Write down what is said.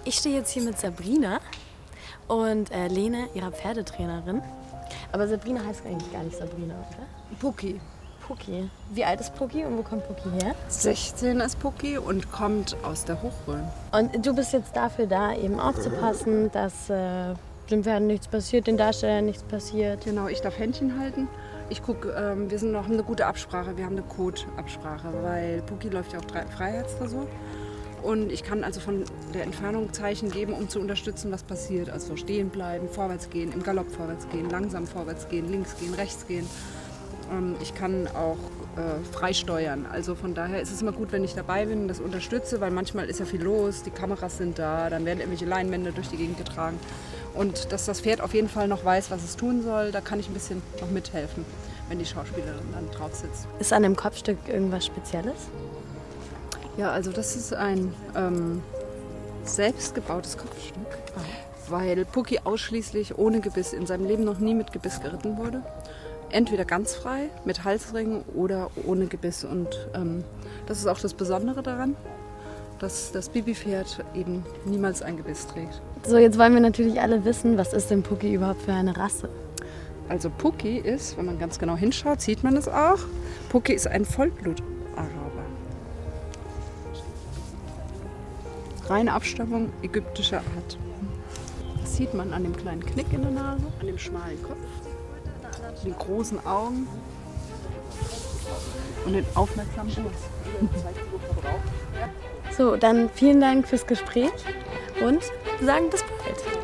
Ich stehe jetzt hier mit Sabrina und Lene, ihrer Pferdetrainerin. Aber Sabrina heißt eigentlich gar nicht Sabrina, oder? Pucki. Pucki. Wie alt ist Pucki und wo kommt Pucki her? 16 ist Pucki und kommt aus der Hochrhön. Und du bist jetzt dafür da, eben aufzupassen, dass den Pferden nichts passiert, den Darstellern nichts passiert. Genau, ich darf Händchen halten. Ich gucke, haben eine gute Absprache, wir haben eine Code-Absprache, weil Pucki läuft ja auch Freiheitsdressur. Und ich kann also von der Entfernung Zeichen geben, um zu unterstützen, was passiert. Also stehen bleiben, vorwärts gehen, im Galopp vorwärts gehen, langsam vorwärts gehen, links gehen, rechts gehen. Ich kann auch frei steuern. Also von daher ist es immer gut, wenn ich dabei bin und das unterstütze, weil manchmal ist ja viel los, die Kameras sind da, dann werden irgendwelche Leinwände durch die Gegend getragen. Und dass das Pferd auf jeden Fall noch weiß, was es tun soll, da kann ich ein bisschen noch mithelfen, wenn die Schauspielerin dann drauf sitzt. Ist an dem Kopfstück irgendwas Spezielles? Ja, also das ist ein selbstgebautes Kopfstück, weil Pucki ausschließlich ohne Gebiss in seinem Leben noch nie mit Gebiss geritten wurde. Entweder ganz frei, mit Halsringen oder ohne Gebiss. Und das ist auch das Besondere daran, dass das Bibi-Pferd eben niemals ein Gebiss trägt. So, jetzt wollen wir natürlich alle wissen, was ist denn Pucki überhaupt für eine Rasse? Also Pucki ist, wenn man ganz genau hinschaut, sieht man es auch, Pucki ist ein Vollblut-Araber. Reine Abstammung ägyptischer Art. Das sieht man an dem kleinen Knick in der Nase, an dem schmalen Kopf, den großen Augen und den aufmerksamen Ohren. So, dann vielen Dank fürs Gespräch und sagen bis bald.